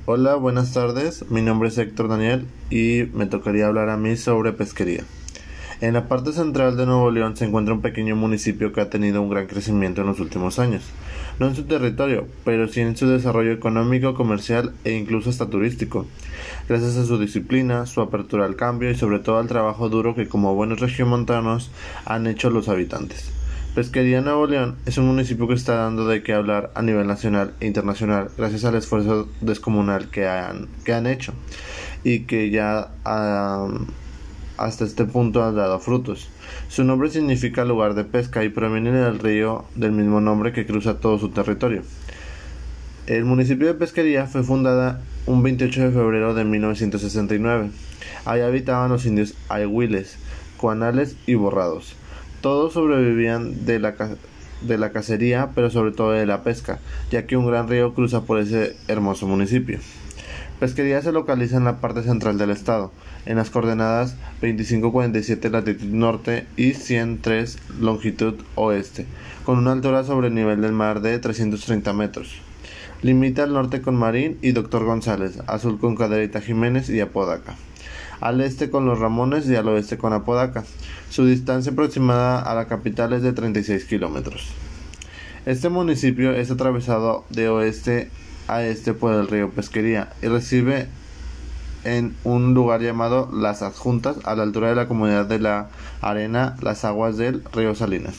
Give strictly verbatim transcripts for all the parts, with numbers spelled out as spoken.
Hola, buenas tardes. Mi nombre es Héctor Daniel y me tocaría hablar a mí sobre pesquería. En la parte central de Nuevo León se encuentra un pequeño municipio que ha tenido un gran crecimiento en los últimos años. No en su territorio, pero sí en su desarrollo económico, comercial e incluso hasta turístico, gracias a su disciplina, su apertura al cambio y sobre todo al trabajo duro que como buenos regiomontanos han hecho los habitantes. Pesquería Nuevo León es un municipio que está dando de qué hablar a nivel nacional e internacional gracias al esfuerzo descomunal que han, que han hecho y que ya um, hasta este punto han dado frutos. Su nombre significa lugar de pesca y proviene del río del mismo nombre que cruza todo su territorio. El municipio de Pesquería fue fundada un veintiocho de febrero de mil novecientos sesenta y nueve. Ahí habitaban los indios Ayhuiles, Cuanales y Borrados. Todos sobrevivían de la, de la cacería, pero sobre todo de la pesca, ya que un gran río cruza por ese hermoso municipio. Pesquería se localiza en la parte central del estado, en las coordenadas veinticinco cuarenta y siete latitud norte y ciento tres longitud oeste, con una altura sobre el nivel del mar de trescientos treinta metros. Limita al norte con Marín y Doctor González, al sur con Cadereyta Jiménez y Apodaca, al este con Los Ramones y al oeste con Apodaca. Su distancia aproximada a la capital es de treinta y seis kilómetros. Este municipio es atravesado de oeste a este por el río Pesquería y recibe en un lugar llamado Las Adjuntas, a la altura de la comunidad de La Arena, las aguas del río Salinas.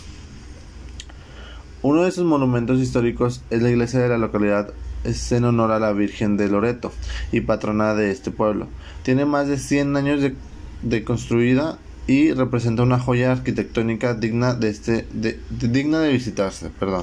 Uno de sus monumentos históricos es la iglesia de la localidad, es en honor a la Virgen de Loreto y patrona de este pueblo. Tiene más de cien años de, de construida y representa una joya arquitectónica digna de, este, de, de, digna de visitarse. Perdón.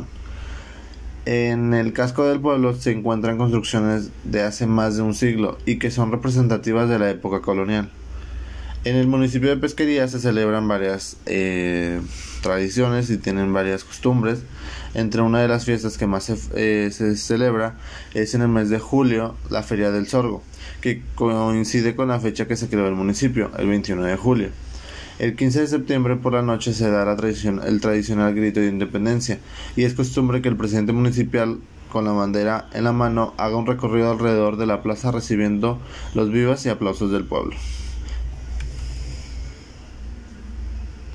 En el casco del pueblo se encuentran construcciones de hace más de un siglo y que son representativas de la época colonial. En el municipio de Pesquería se celebran varias eh, tradiciones y tienen varias costumbres. Entre una de las fiestas que más se, eh, se celebra es en el mes de julio la Feria del Sorgo, que coincide con la fecha que se creó el municipio, el veintiuno de julio. El quince de septiembre por la noche se da la tradición, el tradicional grito de independencia, y es costumbre que el presidente municipal, con la bandera en la mano, haga un recorrido alrededor de la plaza recibiendo los vivas y aplausos del pueblo.